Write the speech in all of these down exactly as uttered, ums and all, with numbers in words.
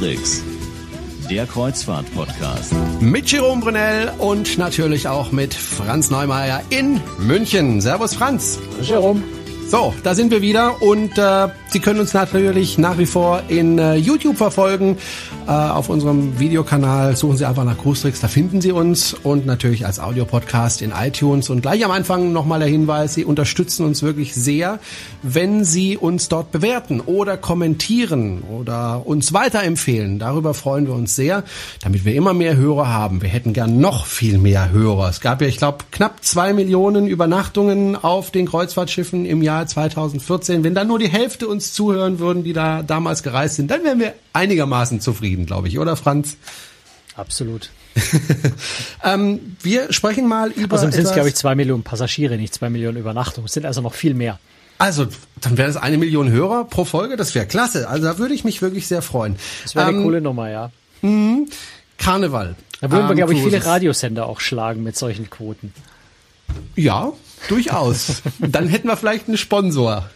Cruistricks, der Kreuzfahrt-Podcast. Mit Jerome Brunel und natürlich auch mit Franz Neumeier in München. Servus Franz. Jerome. So, da sind wir wieder und äh, Sie können uns natürlich nach wie vor in äh, YouTube verfolgen. Äh, auf unserem Videokanal suchen Sie einfach nach Cruistricks, da finden Sie uns, und natürlich als Audiopodcast in iTunes. Und gleich am Anfang nochmal der Hinweis, Sie unterstützen uns wirklich sehr, wenn Sie uns dort bewerten oder kommentieren oder uns weiterempfehlen. Darüber freuen wir uns sehr, damit wir immer mehr Hörer haben. Wir hätten gern noch viel mehr Hörer. Es gab ja, ich glaube, knapp zwei Millionen Übernachtungen auf den Kreuzfahrtschiffen im Jahr zweitausendvierzehn. Wenn dann nur die Hälfte uns zuhören würden, die da damals gereist sind, dann wären wir einigermaßen zufrieden, glaube ich, oder Franz? Absolut. ähm, wir sprechen mal über Also sind es, glaube ich, zwei Millionen Passagiere, nicht zwei Millionen Übernachtungen. Es sind also noch viel mehr. Also, dann wäre das eine Million Hörer pro Folge, das wäre klasse. Also da würde ich mich wirklich sehr freuen. Das wäre eine ähm, coole Nummer, ja. Mh, Karneval. Da würden wir, ähm, glaube ich, Cruises. viele Radiosender auch schlagen mit solchen Quoten. Ja, durchaus. Dann hätten wir vielleicht einen Sponsor.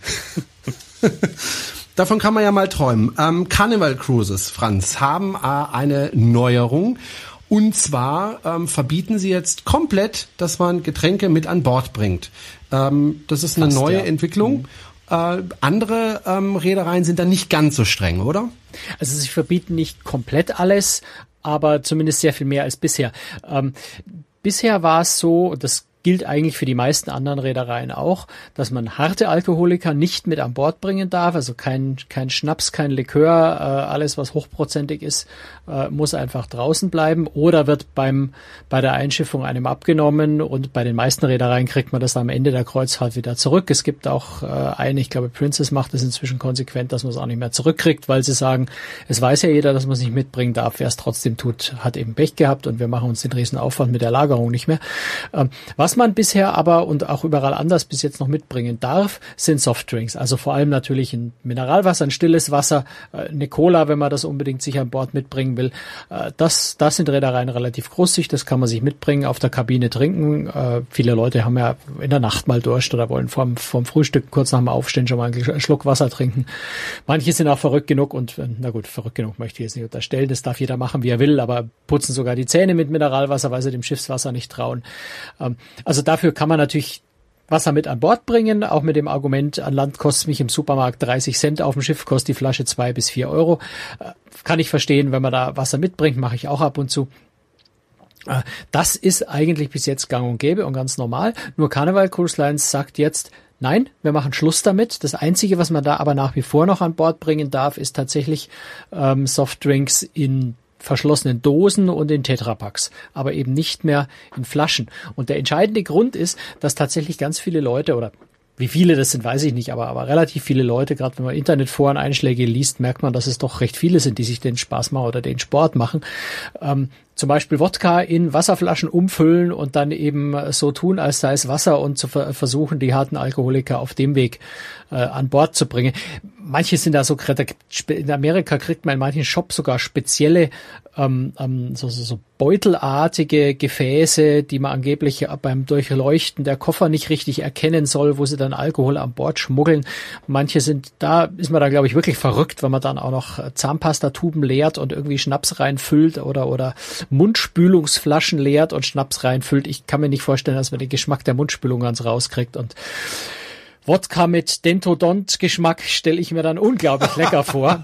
Davon kann man ja mal träumen. Ähm, Carnival Cruises, Franz, haben äh, eine Neuerung. Und zwar ähm, verbieten sie jetzt komplett, dass man Getränke mit an Bord bringt. Ähm, das ist eine Fast, neue ja. Entwicklung. Mhm. Äh, andere ähm, Reedereien sind da nicht ganz so streng, oder? Also sie verbieten nicht komplett alles, aber zumindest sehr viel mehr als bisher. Ähm, bisher war es so, das gilt eigentlich für die meisten anderen Reedereien auch, dass man harte Alkoholiker nicht mit an Bord bringen darf, also kein, kein Schnaps, kein Likör, äh, alles was hochprozentig ist, äh, muss einfach draußen bleiben oder wird beim bei der Einschiffung einem abgenommen, und bei den meisten Reedereien kriegt man das am Ende der Kreuzfahrt wieder zurück. Es gibt auch äh, eine, ich glaube Princess macht das inzwischen konsequent, dass man es auch nicht mehr zurückkriegt, weil sie sagen, es weiß ja jeder, dass man es nicht mitbringen darf, wer es trotzdem tut, hat eben Pech gehabt und wir machen uns den riesen Aufwand mit der Lagerung nicht mehr. Ähm, was man bisher aber und auch überall anders bis jetzt noch mitbringen darf, sind Softdrinks. Also vor allem natürlich ein Mineralwasser, ein stilles Wasser, eine Cola, wenn man das unbedingt sich an Bord mitbringen will. Das, das sind Reedereien relativ großzügig, das kann man sich mitbringen, auf der Kabine trinken. Viele Leute haben ja in der Nacht mal Durst oder wollen vorm, vorm Frühstück kurz nach dem Aufstehen schon mal einen Schluck Wasser trinken. Manche sind auch verrückt genug und, na gut, verrückt genug möchte ich jetzt nicht unterstellen, das darf jeder machen, wie er will, aber putzen sogar die Zähne mit Mineralwasser, weil sie dem Schiffswasser nicht trauen. Also dafür kann man natürlich Wasser mit an Bord bringen, auch mit dem Argument, an Land kostet mich im Supermarkt dreißig Cent, auf dem Schiff kostet die Flasche zwei bis vier Euro. Kann ich verstehen, wenn man da Wasser mitbringt, mache ich auch ab und zu. Das ist eigentlich bis jetzt gang und gäbe und ganz normal. Nur Carnival Cruise Lines sagt jetzt, nein, wir machen Schluss damit. Das Einzige, was man da aber nach wie vor noch an Bord bringen darf, ist tatsächlich ähm, Softdrinks in verschlossenen Dosen und in Tetrapacks, aber eben nicht mehr in Flaschen. Und der entscheidende Grund ist, dass tatsächlich ganz viele Leute, oder wie viele das sind, weiß ich nicht, aber, aber relativ viele Leute, gerade wenn man Internetforen-Einschläge liest, merkt man, dass es doch recht viele sind, die sich den Spaß machen oder den Sport machen. Ähm, zum Beispiel Wodka in Wasserflaschen umfüllen und dann eben so tun, als sei es Wasser, und zu ver- versuchen, die harten Alkoholiker auf dem Weg äh, an Bord zu bringen. Manche sind da so, in Amerika kriegt man in manchen Shops sogar spezielle ähm, ähm, so, so, so beutelartige Gefäße, die man angeblich beim Durchleuchten der Koffer nicht richtig erkennen soll, wo sie dann Alkohol an Bord schmuggeln. Manche sind, da ist man dann, glaube ich, wirklich verrückt, wenn man dann auch noch Zahnpastatuben leert und irgendwie Schnaps reinfüllt oder oder Mundspülungsflaschen leert und Schnaps reinfüllt. Ich kann mir nicht vorstellen, dass man den Geschmack der Mundspülung ganz rauskriegt, und Wodka mit Dentodont-Geschmack stelle ich mir dann unglaublich lecker vor.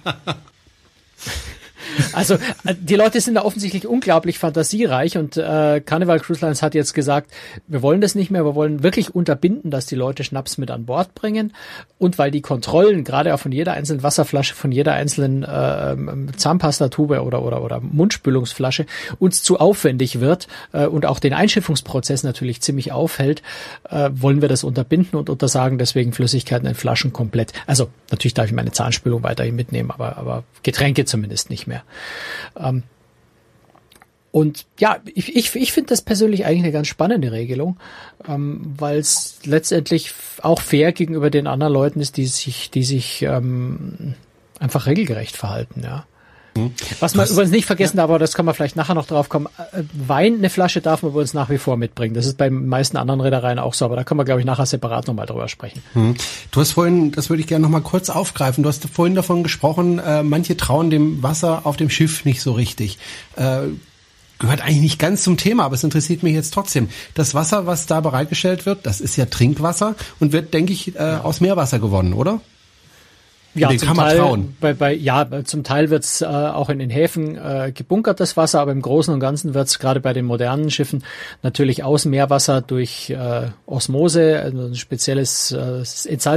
Also die Leute sind da offensichtlich unglaublich fantasiereich, und äh, Carnival Cruise Lines hat jetzt gesagt, wir wollen das nicht mehr, wir wollen wirklich unterbinden, dass die Leute Schnaps mit an Bord bringen, und weil die Kontrollen gerade auch von jeder einzelnen Wasserflasche, von jeder einzelnen äh, Zahnpastatube oder oder oder Mundspülungsflasche uns zu aufwendig wird äh, und auch den Einschiffungsprozess natürlich ziemlich aufhält, äh, wollen wir das unterbinden und untersagen deswegen Flüssigkeiten in Flaschen komplett. Also natürlich darf ich meine Zahnspülung weiterhin mitnehmen, aber aber Getränke zumindest nicht mehr. Ähm, und ja, ich, ich, ich finde das persönlich eigentlich eine ganz spannende Regelung, ähm, weil es letztendlich auch fair gegenüber den anderen Leuten ist, die sich, die sich ähm, einfach regelgerecht verhalten, ja. Was man übrigens nicht vergessen darf, aber das kann man vielleicht nachher noch drauf kommen, Wein, eine Flasche darf man übrigens nach wie vor mitbringen. Das ist bei den meisten anderen Reedereien auch so, aber da können wir, glaube ich, nachher separat nochmal drüber sprechen. Hm. Du hast vorhin, das würde ich gerne nochmal kurz aufgreifen, du hast vorhin davon gesprochen, äh, manche trauen dem Wasser auf dem Schiff nicht so richtig. Äh, gehört eigentlich nicht ganz zum Thema, aber es interessiert mich jetzt trotzdem. Das Wasser, was da bereitgestellt wird, das ist ja Trinkwasser und wird, denke ich, äh, aus Meerwasser gewonnen, oder? Ja, den zum kann man Teil, trauen. Bei, bei, ja, zum Teil wird's äh, auch in den Häfen äh, gebunkert, das Wasser, aber im Großen und Ganzen wird's gerade bei den modernen Schiffen natürlich aus Meerwasser durch äh, Osmose, also ein spezielles äh,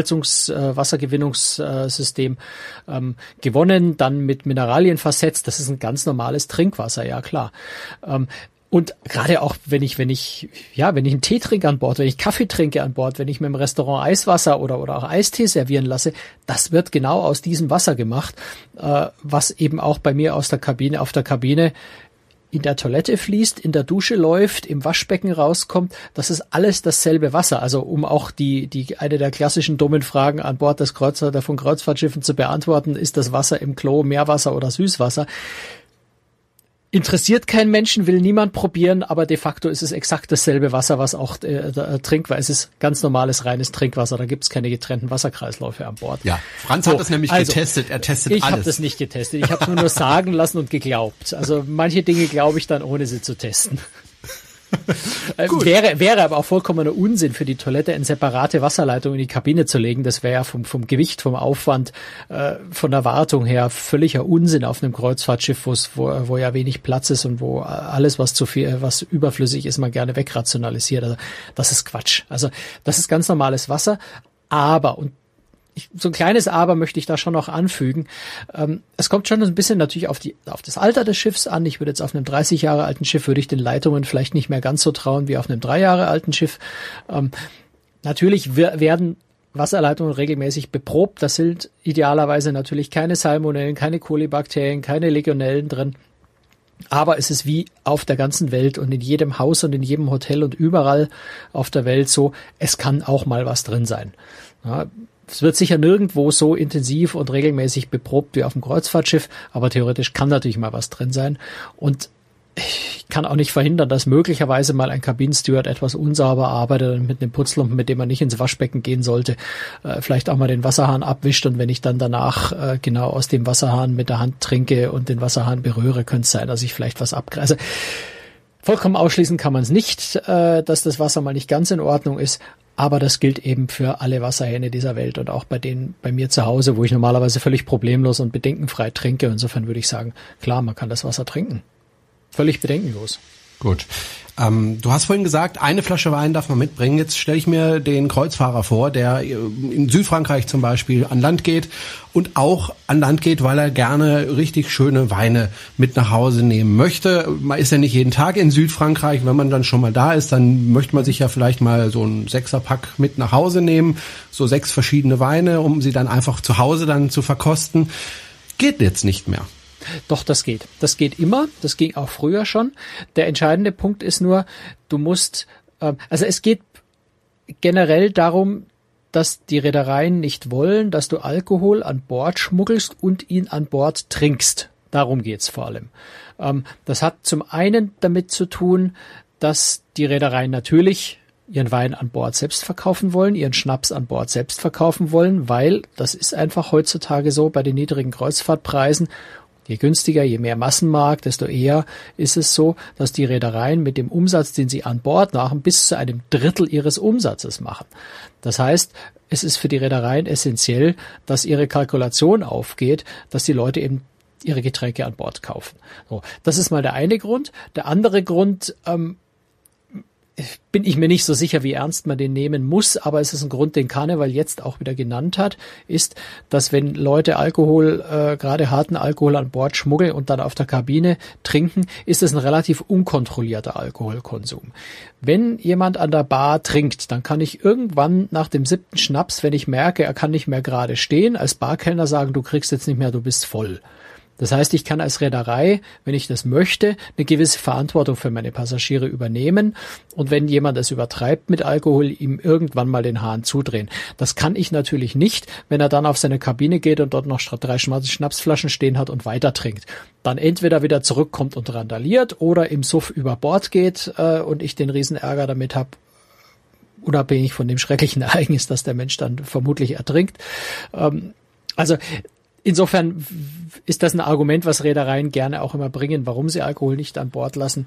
Entsalzungswassergewinnungssystem äh, ähm, gewonnen, dann mit Mineralien versetzt. Das ist ein ganz normales Trinkwasser, ja klar. Ähm, Und gerade auch, wenn ich, wenn ich, ja, wenn ich einen Tee trinke an Bord, wenn ich Kaffee trinke an Bord, wenn ich mir im Restaurant Eiswasser oder, oder auch Eistee servieren lasse, das wird genau aus diesem Wasser gemacht, äh, was eben auch bei mir aus der Kabine, auf der Kabine in der Toilette fließt, in der Dusche läuft, im Waschbecken rauskommt. Das ist alles dasselbe Wasser. Also, um auch die, die, eine der klassischen dummen Fragen an Bord des Kreuzfahrter von Kreuzfahrtschiffen zu beantworten, ist das Wasser im Klo Meerwasser oder Süßwasser? Interessiert keinen Menschen, will niemand probieren, aber de facto ist es exakt dasselbe Wasser, was auch äh, Trinkwasser. Es ist ganz normales, reines Trinkwasser. Da gibt es keine getrennten Wasserkreisläufe an Bord. Ja, Franz so, hat das nämlich also, getestet. Er testet ich alles. Ich habe das nicht getestet. Ich habe es mir nur sagen lassen und geglaubt. Also manche Dinge glaube ich dann, ohne sie zu testen. äh, wäre, wäre aber auch vollkommener Unsinn für die Toilette eine separate Wasserleitung in die Kabine zu legen. Das wäre ja vom, vom Gewicht, vom Aufwand, äh, von der Wartung her völliger Unsinn auf einem Kreuzfahrtschiff, wo, wo ja wenig Platz ist und wo alles, was zu viel, was überflüssig ist, man gerne wegrationalisiert. Also das ist Quatsch. Also das ist ganz normales Wasser. Aber, und Ich, so ein kleines Aber möchte ich da schon noch anfügen. Ähm, es kommt schon ein bisschen natürlich auf die, auf das Alter des Schiffs an. Ich würde jetzt auf einem dreißig Jahre alten Schiff, würde ich den Leitungen vielleicht nicht mehr ganz so trauen wie auf einem drei Jahre alten Schiff. Ähm, natürlich w- werden Wasserleitungen regelmäßig beprobt. Das sind idealerweise natürlich keine Salmonellen, keine Kolibakterien, keine Legionellen drin. Aber es ist wie auf der ganzen Welt und in jedem Haus und in jedem Hotel und überall auf der Welt so, es kann auch mal was drin sein. Ja, es wird sicher nirgendwo so intensiv und regelmäßig beprobt wie auf dem Kreuzfahrtschiff, aber theoretisch kann natürlich mal was drin sein. Und ich kann auch nicht verhindern, dass möglicherweise mal ein Kabinensteward etwas unsauber arbeitet und mit einem Putzlumpen, mit dem man nicht ins Waschbecken gehen sollte, äh, vielleicht auch mal den Wasserhahn abwischt. Und wenn ich dann danach äh, genau aus dem Wasserhahn mit der Hand trinke und den Wasserhahn berühre, könnte es sein, dass ich vielleicht was abgreife. Also, vollkommen ausschließen kann man es nicht, äh, dass das Wasser mal nicht ganz in Ordnung ist. Aber das gilt eben für alle Wasserhähne dieser Welt und auch bei denen bei mir zu Hause, wo ich normalerweise völlig problemlos und bedenkenfrei trinke. Insofern würde ich sagen, klar, man kann das Wasser trinken. Völlig bedenkenlos. Gut. Ähm, du hast vorhin gesagt, eine Flasche Wein darf man mitbringen. Jetzt stelle ich mir den Kreuzfahrer vor, der in Südfrankreich zum Beispiel an Land geht und auch an Land geht, weil er gerne richtig schöne Weine mit nach Hause nehmen möchte. Man ist ja nicht jeden Tag in Südfrankreich. Wenn man dann schon mal da ist, dann möchte man sich ja vielleicht mal so ein Sechserpack mit nach Hause nehmen. So sechs verschiedene Weine, um sie dann einfach zu Hause dann zu verkosten. Geht jetzt nicht mehr. Doch, das geht. Das geht immer. Das ging auch früher schon. Der entscheidende Punkt ist nur, du musst, äh, also es geht generell darum, dass die Reedereien nicht wollen, dass du Alkohol an Bord schmuggelst und ihn an Bord trinkst. Darum geht's vor allem. Ähm, das hat zum einen damit zu tun, dass die Reedereien natürlich ihren Wein an Bord selbst verkaufen wollen, ihren Schnaps an Bord selbst verkaufen wollen, weil das ist einfach heutzutage so bei den niedrigen Kreuzfahrtpreisen. Je günstiger, je mehr Massenmarkt, desto eher ist es so, dass die Reedereien mit dem Umsatz, den sie an Bord machen, bis zu einem Drittel ihres Umsatzes machen. Das heißt, es ist für die Reedereien essentiell, dass ihre Kalkulation aufgeht, dass die Leute eben ihre Getränke an Bord kaufen. So, das ist mal der eine Grund. Der andere Grund, ähm, bin ich mir nicht so sicher, wie ernst man den nehmen muss, aber es ist ein Grund, den Karneval jetzt auch wieder genannt hat, ist, dass wenn Leute Alkohol, äh, gerade harten Alkohol an Bord schmuggeln und dann auf der Kabine trinken, ist es ein relativ unkontrollierter Alkoholkonsum. Wenn jemand an der Bar trinkt, dann kann ich irgendwann nach dem siebten Schnaps, wenn ich merke, er kann nicht mehr gerade stehen, als Barkellner sagen, du kriegst jetzt nicht mehr, du bist voll. Das heißt, ich kann als Reederei, wenn ich das möchte, eine gewisse Verantwortung für meine Passagiere übernehmen und wenn jemand es übertreibt mit Alkohol, ihm irgendwann mal den Hahn zudrehen. Das kann ich natürlich nicht, wenn er dann auf seine Kabine geht und dort noch drei Schnapsflaschen stehen hat und weiter trinkt. Dann entweder wieder zurückkommt und randaliert oder im Suff über Bord geht äh, und ich den Riesenärger damit habe, unabhängig von dem schrecklichen Ereignis, dass der Mensch dann vermutlich ertrinkt. Ähm, also insofern ist das ein Argument, was Reedereien gerne auch immer bringen, warum sie Alkohol nicht an Bord lassen.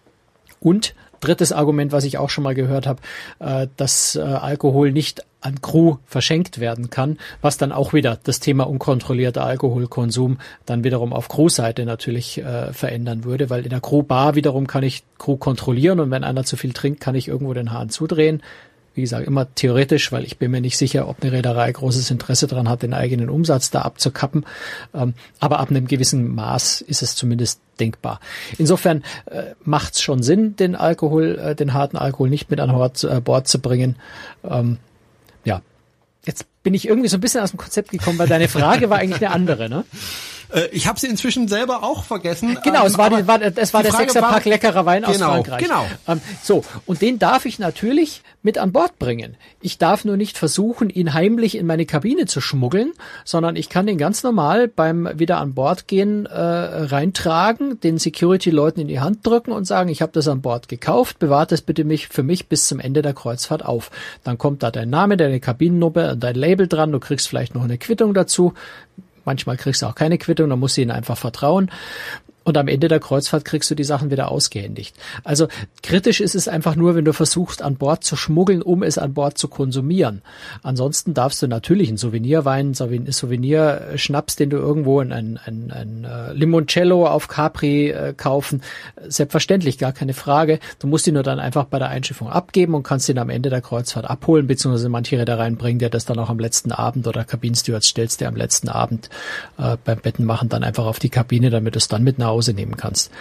Und drittes Argument, was ich auch schon mal gehört habe, äh, dass äh, Alkohol nicht an Crew verschenkt werden kann, was dann auch wieder das Thema unkontrollierter Alkoholkonsum dann wiederum auf Crew-Seite natürlich äh, verändern würde, weil in der Crew-Bar wiederum kann ich Crew kontrollieren und wenn einer zu viel trinkt, kann ich irgendwo den Hahn zudrehen. Wie gesagt, immer theoretisch, weil ich bin mir nicht sicher, ob eine Reederei großes Interesse daran hat, den eigenen Umsatz da abzukappen. Ähm, aber ab einem gewissen Maß ist es zumindest denkbar. Insofern äh, macht es schon Sinn, den Alkohol, äh, den harten Alkohol nicht mit an Bord, äh, Bord zu bringen. Ähm, ja, jetzt bin ich irgendwie so ein bisschen aus dem Konzept gekommen, weil deine Frage war eigentlich eine andere, ne? Ich habe sie inzwischen selber auch vergessen. Genau, es war, die, war, es war der Frage Sechserpack war, leckerer Wein aus genau, Frankreich. Genau. Ähm, so, und den darf ich natürlich mit an Bord bringen. Ich darf nur nicht versuchen, ihn heimlich in meine Kabine zu schmuggeln, sondern ich kann den ganz normal beim wieder an Bord gehen äh, reintragen, den Security-Leuten in die Hand drücken und sagen, ich habe das an Bord gekauft, bewahrt das bitte mich für mich bis zum Ende der Kreuzfahrt auf. Dann kommt da dein Name, deine Kabinennummer, dein Label dran, du kriegst vielleicht noch eine Quittung dazu. Manchmal kriegst du auch keine Quittung, dann musst du ihnen einfach vertrauen. Und am Ende der Kreuzfahrt kriegst du die Sachen wieder ausgehändigt. Also kritisch ist es einfach nur, wenn du versuchst, an Bord zu schmuggeln, um es an Bord zu konsumieren. Ansonsten darfst du natürlich einen Souvenirwein, einen Souvenirschnaps, den du irgendwo in ein, ein, ein Limoncello auf Capri äh, kaufen. Selbstverständlich, gar keine Frage. Du musst ihn nur dann einfach bei der Einschiffung abgeben und kannst ihn am Ende der Kreuzfahrt abholen, beziehungsweise manche Reedereien bringen dir das dann auch am letzten Abend oder Kabinenstewards stellst dir am letzten Abend äh, beim Bettenmachen dann einfach auf die Kabine, damit du es dann mit nach Hause nehmen kannst.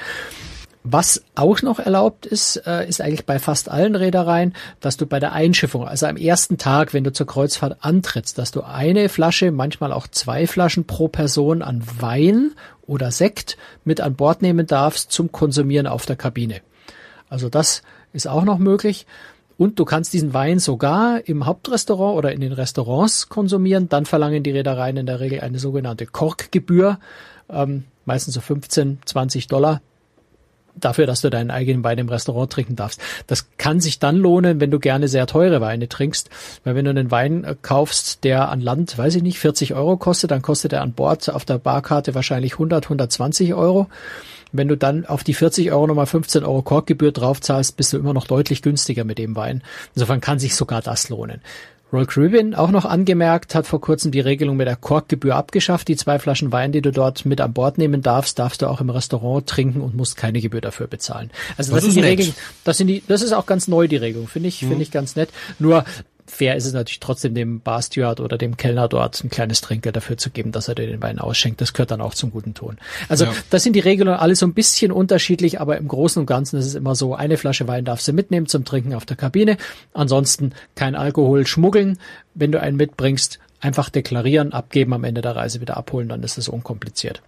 Was auch noch erlaubt ist, äh, ist eigentlich bei fast allen Reedereien, dass du bei der Einschiffung, also am ersten Tag, wenn du zur Kreuzfahrt antrittst, dass du eine Flasche, manchmal auch zwei Flaschen pro Person an Wein oder Sekt mit an Bord nehmen darfst zum Konsumieren auf der Kabine. Also das ist auch noch möglich. Und du kannst diesen Wein sogar im Hauptrestaurant oder in den Restaurants konsumieren. Dann verlangen die Reedereien in der Regel eine sogenannte Korkgebühr, ähm, meistens so fünfzehn, zwanzig Dollar, dafür, dass du deinen eigenen Wein im Restaurant trinken darfst. Das kann sich dann lohnen, wenn du gerne sehr teure Weine trinkst, weil wenn du einen Wein äh, kaufst, der an Land, weiß ich nicht, vierzig Euro kostet, dann kostet er an Bord auf der Barkarte wahrscheinlich hundert, hundertzwanzig Euro. Wenn du dann auf die vierzig Euro nochmal fünfzehn Euro Korkgebühr draufzahlst, bist du immer noch deutlich günstiger mit dem Wein. Insofern kann sich sogar das lohnen. Royal Caribbean, auch noch angemerkt, hat vor kurzem die Regelung mit der Korkgebühr abgeschafft. Die zwei Flaschen Wein, die du dort mit an Bord nehmen darfst, darfst du auch im Restaurant trinken und musst keine Gebühr dafür bezahlen. Also das, das sind die Regeln, das sind die, das ist auch ganz neu, die Regelung. Finde ich, mhm. finde ich ganz nett. Nur fair ist es natürlich trotzdem dem Barsteward oder dem Kellner dort ein kleines Trinkgeld dafür zu geben, dass er dir den Wein ausschenkt. Das gehört dann auch zum guten Ton. Also ja. Das sind die Regeln alle so ein bisschen unterschiedlich, aber im Großen und Ganzen ist es immer so, eine Flasche Wein darfst du mitnehmen zum Trinken auf der Kabine. Ansonsten kein Alkohol schmuggeln. Wenn du einen mitbringst, einfach deklarieren, abgeben, am Ende der Reise wieder abholen, dann ist es unkompliziert.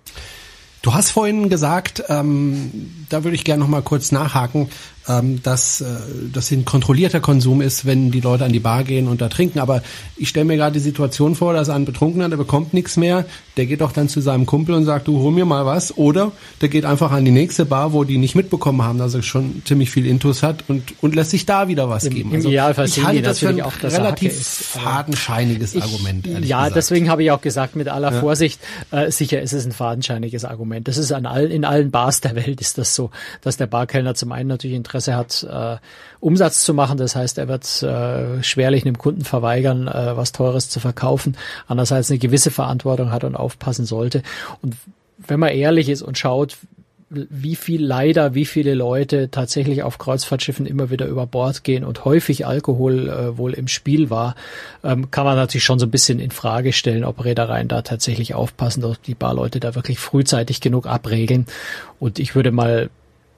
Du hast vorhin gesagt, ähm, da würde ich gerne noch mal kurz nachhaken, ähm, dass äh, das ein kontrollierter Konsum ist, wenn die Leute an die Bar gehen und da trinken. Aber ich stelle mir gerade die Situation vor, dass ein Betrunkener, der bekommt nichts mehr, der geht doch dann zu seinem Kumpel und sagt, du hol mir mal was. Oder der geht einfach an die nächste Bar, wo die nicht mitbekommen haben, dass er schon ziemlich viel Intus hat und und lässt sich da wieder was Im, geben. Im also Idealfall ich halte das für ein auch, relativ ist, fadenscheiniges ich, Argument. Ja, gesagt. Deswegen habe ich auch gesagt, mit aller ja. Vorsicht, äh, sicher ist es ein fadenscheiniges Argument. Das ist an all, in allen Bars der Welt ist das so, dass der Barkellner zum einen natürlich Interesse hat, äh, Umsatz zu machen. Das heißt, er wird äh, schwerlich einem Kunden verweigern, äh, was Teures zu verkaufen. Andererseits eine gewisse Verantwortung hat und aufpassen sollte. Und wenn man ehrlich ist und schaut, wie viel leider, wie viele Leute tatsächlich auf Kreuzfahrtschiffen immer wieder über Bord gehen und häufig Alkohol äh, wohl im Spiel war, ähm, kann man natürlich schon so ein bisschen in Frage stellen, ob Reedereien da tatsächlich aufpassen, ob die Barleute da wirklich frühzeitig genug abregeln. Und ich würde mal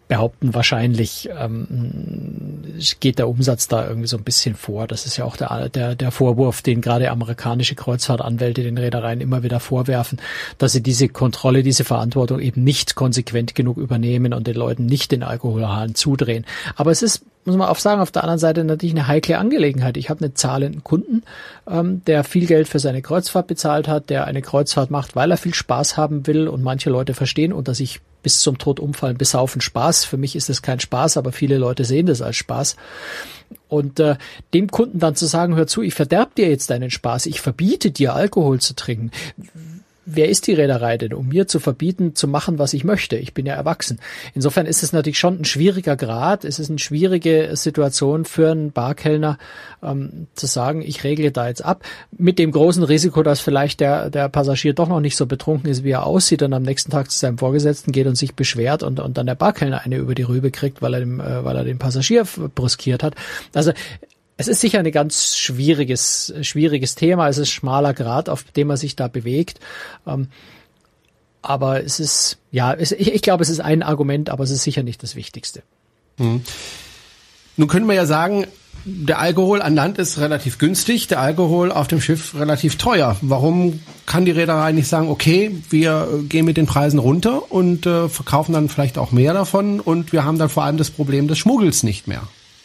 behaupten, wahrscheinlich ähm, geht der Umsatz da irgendwie so ein bisschen vor. Das ist ja auch der, der, der Vorwurf, den gerade amerikanische Kreuzfahrtanwälte den Reedereien immer wieder vorwerfen, dass sie diese Kontrolle, diese Verantwortung eben nicht konsequent genug übernehmen und den Leuten nicht den Alkoholhahn zudrehen. Aber es ist, muss man auch sagen, auf der anderen Seite natürlich eine heikle Angelegenheit. Ich habe einen zahlenden Kunden, ähm, der viel Geld für seine Kreuzfahrt bezahlt hat, der eine Kreuzfahrt macht, weil er viel Spaß haben will, und manche Leute verstehen unter sich bis zum Tod umfallen, besaufen Spaß. Für mich ist das kein Spaß, aber viele Leute sehen das als Spaß. Und äh, dem Kunden dann zu sagen, hör zu, ich verderb dir jetzt deinen Spaß, ich verbiete dir Alkohol zu trinken. Wer ist die Reederei denn, um mir zu verbieten, zu machen, was ich möchte? Ich bin ja erwachsen. Insofern ist es natürlich schon ein schwieriger Grad. Es ist eine schwierige Situation für einen Barkellner, ähm, zu sagen, ich regle da jetzt ab. Mit dem großen Risiko, dass vielleicht der, der Passagier doch noch nicht so betrunken ist, wie er aussieht, und am nächsten Tag zu seinem Vorgesetzten geht und sich beschwert und, und dann der Barkellner eine über die Rübe kriegt, weil er, dem, äh, weil er den Passagier brüskiert hat. Also, es ist sicher ein ganz schwieriges, schwieriges Thema. Es ist schmaler Grat, auf dem man sich da bewegt. Ähm, aber es ist, ja, es, ich, ich glaube, es ist ein Argument, aber es ist sicher nicht das Wichtigste. Mhm. Nun können wir ja sagen, der Alkohol an Land ist relativ günstig, der Alkohol auf dem Schiff relativ teuer. Warum kann die Reederei nicht sagen, okay, wir gehen mit den Preisen runter und äh, verkaufen dann vielleicht auch mehr davon, und wir haben dann vor allem das Problem des Schmuggels nicht mehr?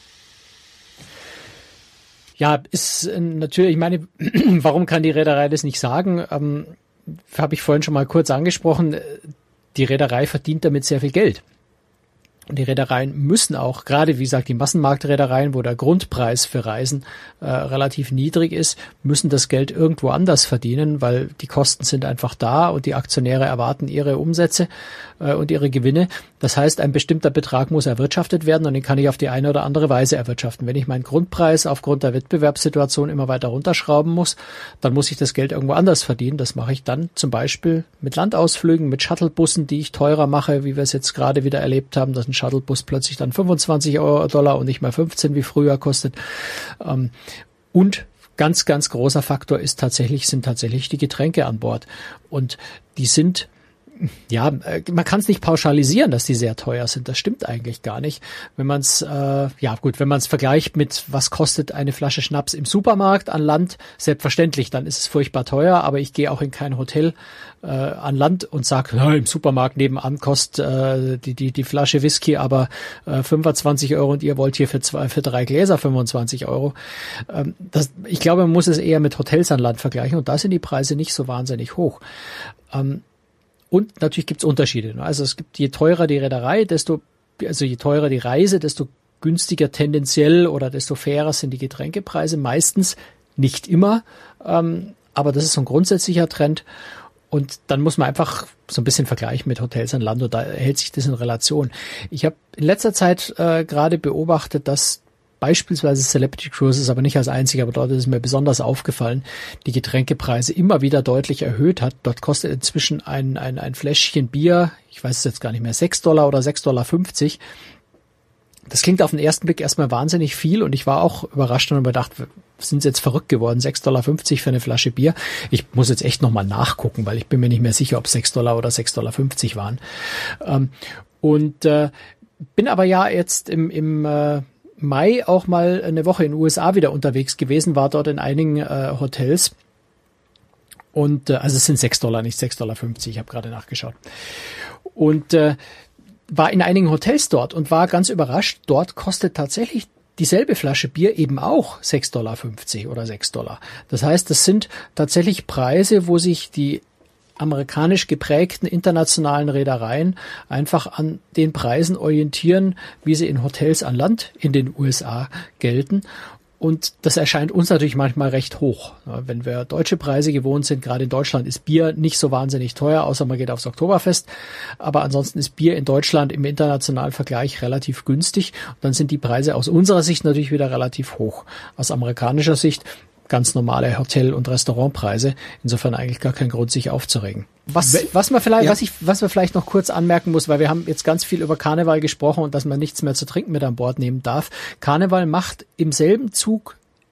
Ja, ist äh, natürlich, ich meine, warum kann die Reederei das nicht sagen? Ähm, habe ich vorhin schon mal kurz angesprochen. Die Reederei verdient damit sehr viel Geld. Und die Reedereien müssen auch, gerade wie gesagt, die Massenmarktreedereien, wo der Grundpreis für Reisen äh, relativ niedrig ist, müssen das Geld irgendwo anders verdienen, weil die Kosten sind einfach da und die Aktionäre erwarten ihre Umsätze äh, und ihre Gewinne. Das heißt, ein bestimmter Betrag muss erwirtschaftet werden, und den kann ich auf die eine oder andere Weise erwirtschaften. Wenn ich meinen Grundpreis aufgrund der Wettbewerbssituation immer weiter runterschrauben muss, dann muss ich das Geld irgendwo anders verdienen. Das mache ich dann zum Beispiel mit Landausflügen, mit Shuttlebussen, die ich teurer mache, wie wir es jetzt gerade wieder erlebt haben, dass ein Shuttlebus plötzlich dann fünfundzwanzig Dollar und nicht mehr fünfzehn wie früher kostet. Und ganz, ganz großer Faktor ist tatsächlich, sind tatsächlich die Getränke an Bord. Und die sind, ja, man kann es nicht pauschalisieren, dass die sehr teuer sind. Das stimmt eigentlich gar nicht. Wenn man es, äh, ja gut, wenn man es vergleicht mit, was kostet eine Flasche Schnaps im Supermarkt an Land, selbstverständlich, dann ist es furchtbar teuer. Aber ich gehe auch in kein Hotel äh, an Land und sage, im Supermarkt nebenan kostet äh, die die die Flasche Whisky aber äh, fünfundzwanzig Euro und ihr wollt hier für zwei für drei Gläser fünfundzwanzig Euro. Ähm, das, ich glaube, man muss es eher mit Hotels an Land vergleichen, und da sind die Preise nicht so wahnsinnig hoch. Ähm, Und natürlich gibt's Unterschiede. Also es gibt, je teurer die Reederei, desto, also je teurer die Reise, desto günstiger tendenziell oder desto fairer sind die Getränkepreise. Meistens, nicht immer, ähm, aber das ist so ein grundsätzlicher Trend. Und dann muss man einfach so ein bisschen vergleichen mit Hotels an Land, und da hält sich das in Relation. Ich habe in letzter Zeit äh, gerade beobachtet, dass beispielsweise Celebrity Cruises, aber nicht als einziger, aber dort ist es mir besonders aufgefallen, die Getränkepreise immer wieder deutlich erhöht hat. Dort kostet inzwischen ein, ein, ein Fläschchen Bier, ich weiß es jetzt gar nicht mehr, sechs Dollar oder sechs Dollar fünfzig. Das klingt auf den ersten Blick erstmal wahnsinnig viel, und ich war auch überrascht und habe gedacht, sind sie jetzt verrückt geworden, sechs Dollar fünfzig für eine Flasche Bier. Ich muss jetzt echt nochmal nachgucken, weil ich bin mir nicht mehr sicher, ob sechs Dollar oder sechs Dollar fünfzig waren. Und äh, bin aber ja jetzt im, im äh, Mai auch mal eine Woche in den U S A wieder unterwegs gewesen, war dort in einigen äh, Hotels. Und äh, also es sind sechs Dollar, nicht sechs Dollar fünfzig, ich habe gerade nachgeschaut. Und äh, war in einigen Hotels dort und war ganz überrascht, dort kostet tatsächlich dieselbe Flasche Bier eben auch sechs Dollar fünfzig oder sechs Dollar. Das heißt, das sind tatsächlich Preise, wo sich die amerikanisch geprägten internationalen Reedereien einfach an den Preisen orientieren, wie sie in Hotels an Land in den U S A gelten. Und das erscheint uns natürlich manchmal recht hoch. Wenn wir deutsche Preise gewohnt sind, gerade in Deutschland ist Bier nicht so wahnsinnig teuer, außer man geht aufs Oktoberfest. Aber ansonsten ist Bier in Deutschland im internationalen Vergleich relativ günstig. Und dann sind die Preise aus unserer Sicht natürlich wieder relativ hoch. Aus amerikanischer Sicht ganz normale Hotel- und Restaurantpreise. Insofern eigentlich gar kein Grund, sich aufzuregen. Was, was man vielleicht, ja. was ich, was man vielleicht noch kurz anmerken muss, weil wir haben jetzt ganz viel über Karneval gesprochen und dass man nichts mehr zu trinken mit an Bord nehmen darf. Karneval macht im selben Zug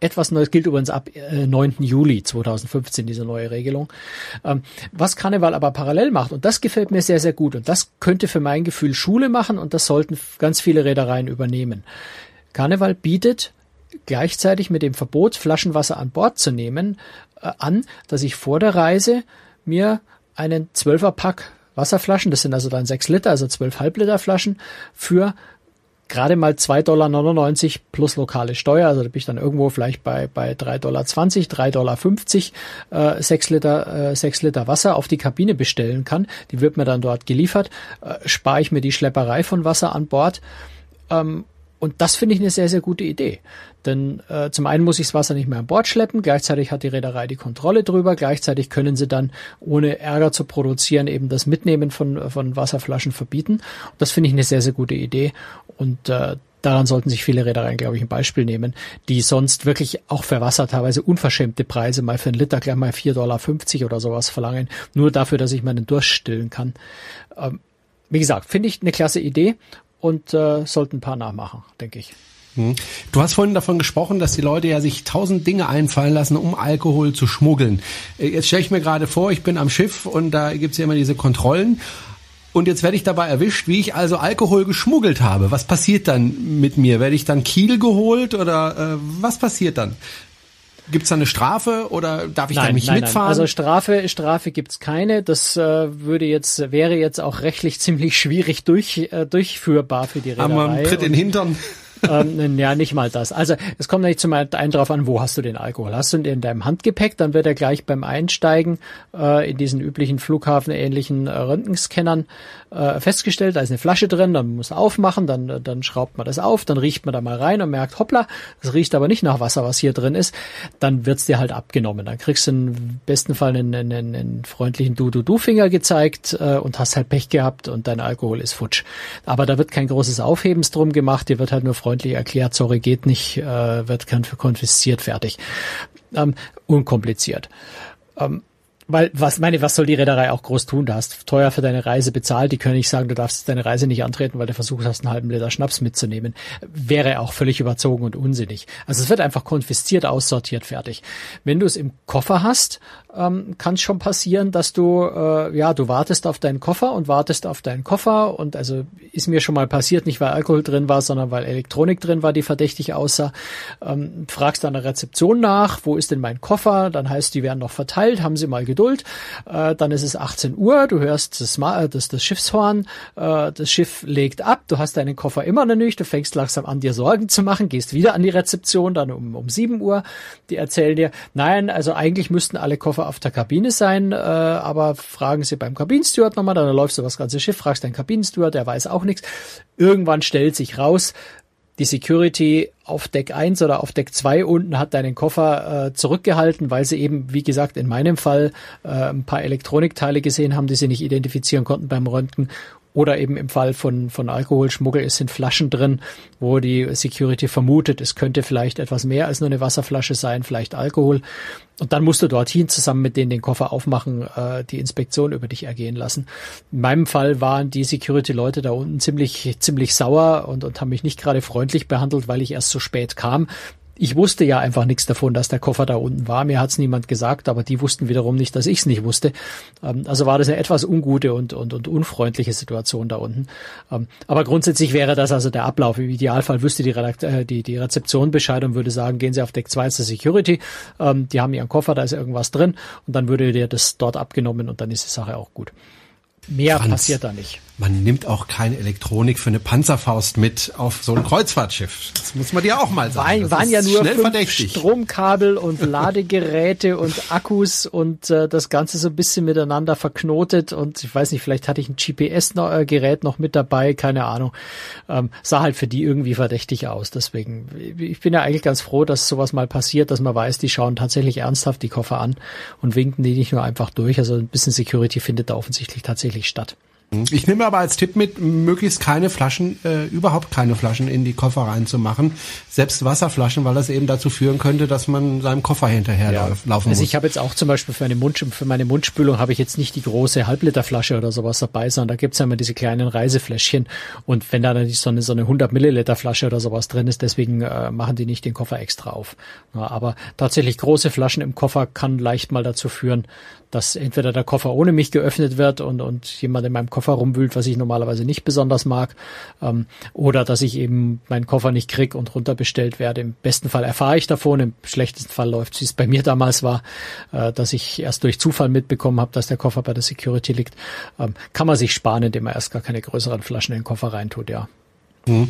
etwas Neues, gilt übrigens ab äh, neunten Juli zweitausendfünfzehn, diese neue Regelung. Ähm, was Carnival aber parallel macht, und das gefällt mir sehr, sehr gut, und das könnte für mein Gefühl Schule machen, und das sollten ganz viele Reedereien übernehmen. Carnival bietet gleichzeitig mit dem Verbot, Flaschenwasser an Bord zu nehmen, äh, an, dass ich vor der Reise mir einen Zwölfer-Pack Wasserflaschen, das sind also dann sechs Liter, also zwölf Halbliter Flaschen, für gerade mal zwei Komma neunundneunzig Dollar plus lokale Steuer, also da bin ich dann irgendwo vielleicht bei bei drei Komma zwanzig Dollar, drei Komma fünfzig Dollar, äh, sechs Liter, äh, sechs Liter Wasser auf die Kabine bestellen kann. Die wird mir dann dort geliefert, äh, spare ich mir die Schlepperei von Wasser an Bord. Ähm, Und das finde ich eine sehr, sehr gute Idee. Denn äh, zum einen muss ich das Wasser nicht mehr an Bord schleppen, gleichzeitig hat die Reederei die Kontrolle drüber, gleichzeitig können sie dann, ohne Ärger zu produzieren, eben das Mitnehmen von, von Wasserflaschen verbieten. Und das finde ich eine sehr, sehr gute Idee. Und äh, daran sollten sich viele Reedereien, glaube ich, ein Beispiel nehmen, die sonst wirklich auch für Wasser teilweise unverschämte Preise, mal für einen Liter gleich mal vier Komma fünfzig Dollar oder sowas verlangen, nur dafür, dass ich meinen Durst stillen kann. Ähm, wie gesagt, finde ich eine klasse Idee. Und äh, sollten ein paar nachmachen, denke ich. Du hast vorhin davon gesprochen, dass die Leute ja sich tausend Dinge einfallen lassen, um Alkohol zu schmuggeln. Jetzt stelle ich mir gerade vor, ich bin am Schiff und da gibt's ja immer diese Kontrollen. Und jetzt werde ich dabei erwischt, wie ich also Alkohol geschmuggelt habe. Was passiert dann mit mir? Werde ich dann Kiel geholt oder äh, was passiert dann? Gibt's da eine Strafe oder darf ich nein, da nicht nein, mitfahren? Nein. Also Strafe, Strafe gibt's keine. Das äh, würde jetzt, wäre jetzt auch rechtlich ziemlich schwierig durch, äh, durchführbar für die Reederei. Aber man tritt in den Hintern. Ähm, ja, nicht mal das. Also es kommt nicht zum einen drauf an, wo hast du den Alkohol? Hast du ihn in deinem Handgepäck, dann wird er gleich beim Einsteigen äh, in diesen üblichen flughafenähnlichen äh, Röntgenscannern äh, festgestellt, da ist eine Flasche drin, dann muss man aufmachen, dann dann schraubt man das auf, dann riecht man da mal rein und merkt, hoppla, das riecht aber nicht nach Wasser, was hier drin ist, dann wird's dir halt abgenommen. Dann kriegst du im besten Fall einen, einen, einen freundlichen Du-Du-Du-Finger gezeigt äh, und hast halt Pech gehabt und dein Alkohol ist futsch. Aber da wird kein großes Aufhebens drum gemacht, dir wird halt nur freundlich erklärt, sorry, geht nicht, äh, wird konfisziert, fertig. Ähm, unkompliziert. Ähm, Weil, was, meine, was soll die Reederei auch groß tun? Du hast teuer für deine Reise bezahlt, die können nicht sagen, du darfst deine Reise nicht antreten, weil du versucht hast, einen halben Liter Schnaps mitzunehmen. Wäre auch völlig überzogen und unsinnig. Also es wird einfach konfisziert, aussortiert, fertig. Wenn du es im Koffer hast, ähm, kann es schon passieren, dass du, äh, ja, du wartest auf deinen Koffer und wartest auf deinen Koffer und also ist mir schon mal passiert, nicht weil Alkohol drin war, sondern weil Elektronik drin war, die verdächtig aussah. Ähm, fragst an der Rezeption nach, wo ist denn mein Koffer? Dann heißt, die werden noch verteilt, haben sie mal Geduld. Äh, dann ist es achtzehn Uhr, du hörst das, das, das Schiffshorn, äh, das Schiff legt ab, du hast deinen Koffer immer noch nicht, du fängst langsam an, dir Sorgen zu machen, gehst wieder an die Rezeption, dann um, um sieben Uhr, die erzählen dir, nein, also eigentlich müssten alle Koffer auf der Kabine sein, äh, aber fragen sie beim Kabinensteward nochmal, dann läufst du das ganze Schiff, fragst deinen Kabinensteward, der weiß auch nichts. Irgendwann stellt sich raus, die Security auf Deck eins oder auf Deck zwei unten hat deinen Koffer äh, zurückgehalten, weil sie eben, wie gesagt, in meinem Fall äh, ein paar Elektronikteile gesehen haben, die sie nicht identifizieren konnten beim Röntgen. Oder eben im Fall von, von Alkoholschmuggel, es sind Flaschen drin, wo die Security vermutet, es könnte vielleicht etwas mehr als nur eine Wasserflasche sein, vielleicht Alkohol. Und dann musst du dorthin zusammen mit denen den Koffer aufmachen, äh, die Inspektion über dich ergehen lassen. In meinem Fall waren die Security-Leute da unten ziemlich, ziemlich sauer und, und haben mich nicht gerade freundlich behandelt, weil ich erst so spät kam. Ich wusste ja einfach nichts davon, dass der Koffer da unten war. Mir hat's niemand gesagt, aber die wussten wiederum nicht, dass ich's nicht wusste. Also war das eine etwas ungute und, und, und unfreundliche Situation da unten. Aber grundsätzlich wäre das also der Ablauf. Im Idealfall wüsste die, Redakt- äh, die, die Rezeption Bescheid und würde sagen, gehen Sie auf Deck zwei zur Security. Die haben Ihren Koffer, da ist irgendwas drin. Und dann würde dir das dort abgenommen und dann ist die Sache auch gut. Mehr Franz, passiert da nicht. Man nimmt auch keine Elektronik für eine Panzerfaust mit auf so ein Kreuzfahrtschiff. Das muss man dir auch mal sagen. Waren, waren ja nur fünf Stromkabel und Ladegeräte und Akkus und äh, das Ganze so ein bisschen miteinander verknotet und ich weiß nicht, vielleicht hatte ich ein G P S-Gerät noch mit dabei, keine Ahnung. Ähm, sah halt für die irgendwie verdächtig aus. Deswegen, ich bin ja eigentlich ganz froh, dass sowas mal passiert, dass man weiß, die schauen tatsächlich ernsthaft die Koffer an und winken die nicht nur einfach durch. Also ein bisschen Security findet da offensichtlich tatsächlich statt. Ich nehme aber als Tipp mit, möglichst keine Flaschen, äh, überhaupt keine Flaschen in die Koffer reinzumachen. Selbst Wasserflaschen, weil das eben dazu führen könnte, dass man seinem Koffer hinterherlaufen ja. muss. Also ich habe jetzt auch zum Beispiel für, eine Mund, für meine Mundspülung habe ich jetzt nicht die große Halbliterflasche oder sowas dabei, sondern da gibt's ja immer diese kleinen Reisefläschchen. Und wenn da dann so eine, so eine hundert Milliliter Flasche oder sowas drin ist, deswegen äh, machen die nicht den Koffer extra auf. Ja, aber tatsächlich große Flaschen im Koffer kann leicht mal dazu führen, dass entweder der Koffer ohne mich geöffnet wird und, und jemand in meinem Koffer rumwühlt, was ich normalerweise nicht besonders mag, ähm, oder dass ich eben meinen Koffer nicht krieg und runterbestellt werde. Im besten Fall erfahre ich davon, im schlechtesten Fall läuft, wie es bei mir damals war, äh, dass ich erst durch Zufall mitbekommen habe, dass der Koffer bei der Security liegt. Ähm, kann man sich sparen, indem man erst gar keine größeren Flaschen in den Koffer reintut, ja. Mhm.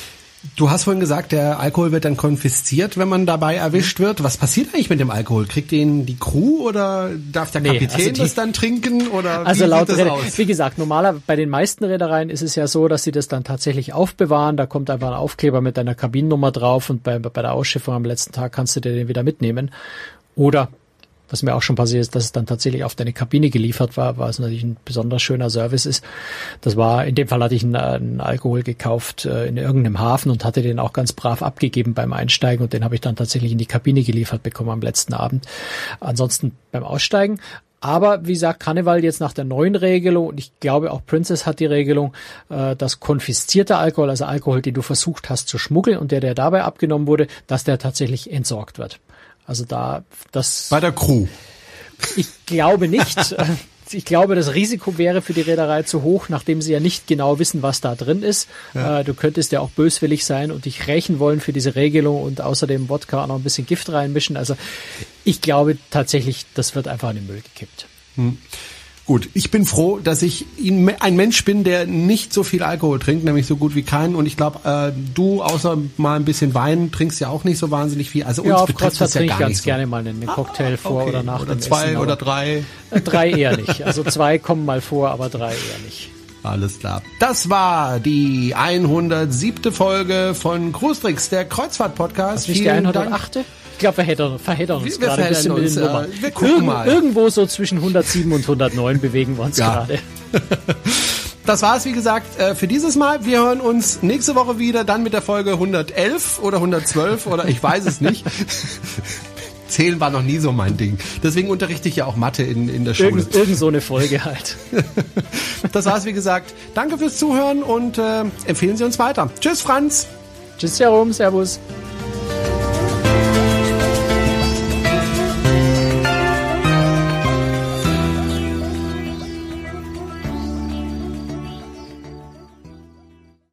Du hast vorhin gesagt, der Alkohol wird dann konfisziert, wenn man dabei erwischt wird. Was passiert eigentlich mit dem Alkohol? Kriegt den die Crew oder darf der Kapitän nee, also die, das dann trinken? Oder also wie laut sieht das Räder, aus? Wie gesagt, normaler bei den meisten Reedereien ist es ja so, dass sie das dann tatsächlich aufbewahren. Da kommt einfach ein Aufkleber mit deiner Kabinennummer drauf und bei, bei der Ausschiffung am letzten Tag kannst du dir den wieder mitnehmen. Oder was mir auch schon passiert ist, dass es dann tatsächlich auf deine Kabine geliefert war, was natürlich ein besonders schöner Service ist. Das war, in dem Fall hatte ich einen, einen Alkohol gekauft äh, in irgendeinem Hafen und hatte den auch ganz brav abgegeben beim Einsteigen und den habe ich dann tatsächlich in die Kabine geliefert bekommen am letzten Abend. Ansonsten beim Aussteigen. Aber wie gesagt, Carnival jetzt nach der neuen Regelung, und ich glaube auch Princess hat die Regelung, äh, dass konfiszierter Alkohol, also Alkohol, den du versucht hast zu schmuggeln und der, der dabei abgenommen wurde, dass der tatsächlich entsorgt wird. Also da, das... Bei der Crew? Ich glaube nicht. Ich glaube, das Risiko wäre für die Reederei zu hoch, nachdem sie ja nicht genau wissen, was da drin ist. Ja. Du könntest ja auch böswillig sein und dich rächen wollen für diese Regelung und außerdem Wodka auch noch ein bisschen Gift reinmischen. Also ich glaube tatsächlich, das wird einfach in den Müll gekippt. Hm. Gut, ich bin froh, dass ich ein Mensch bin, der nicht so viel Alkohol trinkt, nämlich so gut wie keinen. Und ich glaube, äh, du, außer mal ein bisschen Wein, trinkst ja auch nicht so wahnsinnig viel. Also uns ja, betrifft das ja trinke gar ich ganz nicht so. gerne mal einen Cocktail ah, vor okay. oder nach oder dem zwei Essen. Oder drei? Drei eher nicht. Also zwei kommen mal vor, aber drei eher nicht. Alles klar. Das war die hundertsiebte Folge von Cruistricks, der Kreuzfahrt-Podcast. Nicht die hundertachte? Ich glaube, wir verheddern, verheddern uns wir, wir gerade ein bisschen uns, mit den äh, Nummern. Wir gucken Irgend, mal. Irgendwo so zwischen hundertsieben und hundertneun bewegen wir uns ja. gerade. Das war's, wie gesagt, für dieses Mal. Wir hören uns nächste Woche wieder, dann mit der Folge hundertelf oder hundertzwölf oder ich weiß es nicht. Zählen war noch nie so mein Ding. Deswegen unterrichte ich ja auch Mathe in, in der Schule. Irgend, irgend so eine Folge halt. Das war's, wie gesagt. Danke fürs Zuhören und äh, empfehlen Sie uns weiter. Tschüss, Franz. Tschüss, Jerome. Servus.